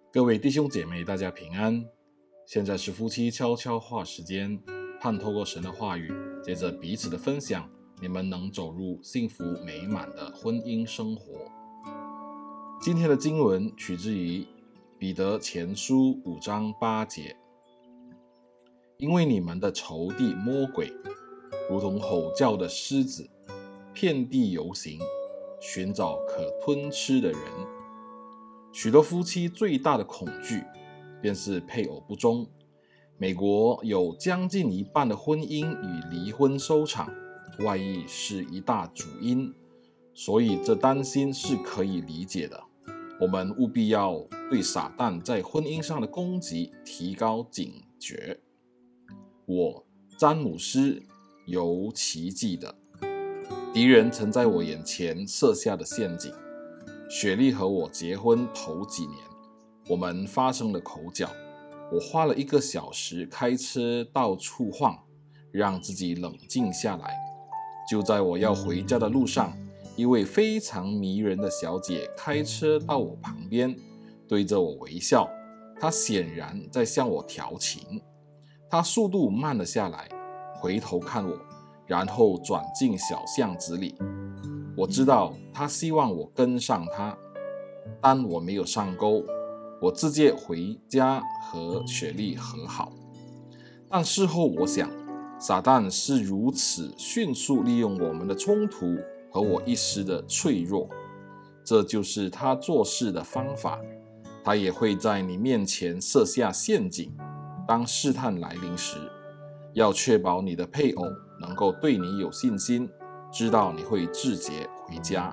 各位弟兄姐妹，大家平安。现在是夫妻悄悄话时间，盼透过神的话语，借着彼此的分享，你们能走入幸福美满的婚姻生活。今天的经文取自于彼得前书5章8节，因为你们的仇敌魔鬼，如同吼叫的狮子，遍地游行，寻找可吞吃的人。许多夫妻最大的恐惧便是配偶不忠。美国有将近一半的婚姻以离婚收场，外遇是一大主因，所以这担心是可以理解的。我们务必要对撒旦在婚姻上的攻击提高警觉。我詹姆斯尤其记得，敌人曾在我眼前设下的陷阱。雪莉和我结婚头几年，我们发生了口角，我花了1个小时开车到处晃，让自己冷静下来。就在我要回家的路上，一位非常迷人的小姐开车到我旁边，对着我微笑，她显然在向我调情。她速度慢了下来，回头看我，然后转进小巷子里。我知道他希望我跟上他，但我没有上钩。我直接回家和雪莉和好。但事后我想，撒旦是如此迅速利用我们的冲突和我一时的脆弱，这就是他做事的方法。他也会在你面前设下陷阱，当试探来临时，要确保你的配偶能够对你有信心，知道你会自洁回家。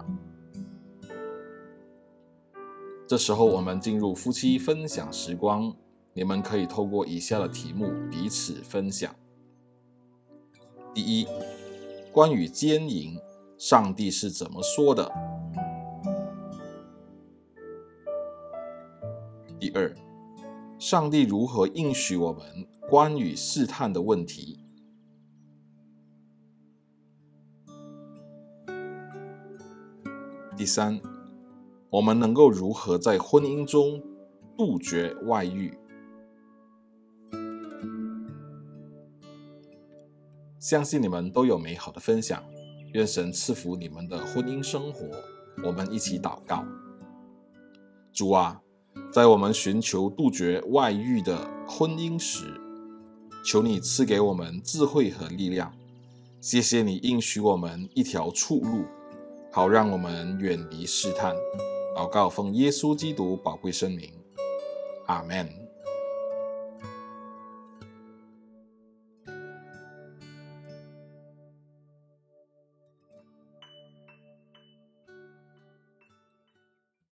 这时候我们进入夫妻分享时光，你们可以透过以下的题目彼此分享。第一，关于奸淫，上帝是怎么说的？第二，上帝如何应许我们关于试探的问题？第三，我们能够如何在婚姻中杜绝外遇？相信你们都有美好的分享，愿神赐福你们的婚姻生活。我们一起祷告。主啊，在我们寻求杜绝外遇的婚姻时，求你赐给我们智慧和力量。谢谢你应许我们一条出路，好让我们远离试探。祷告奉耶稣基督宝贵圣名，阿们。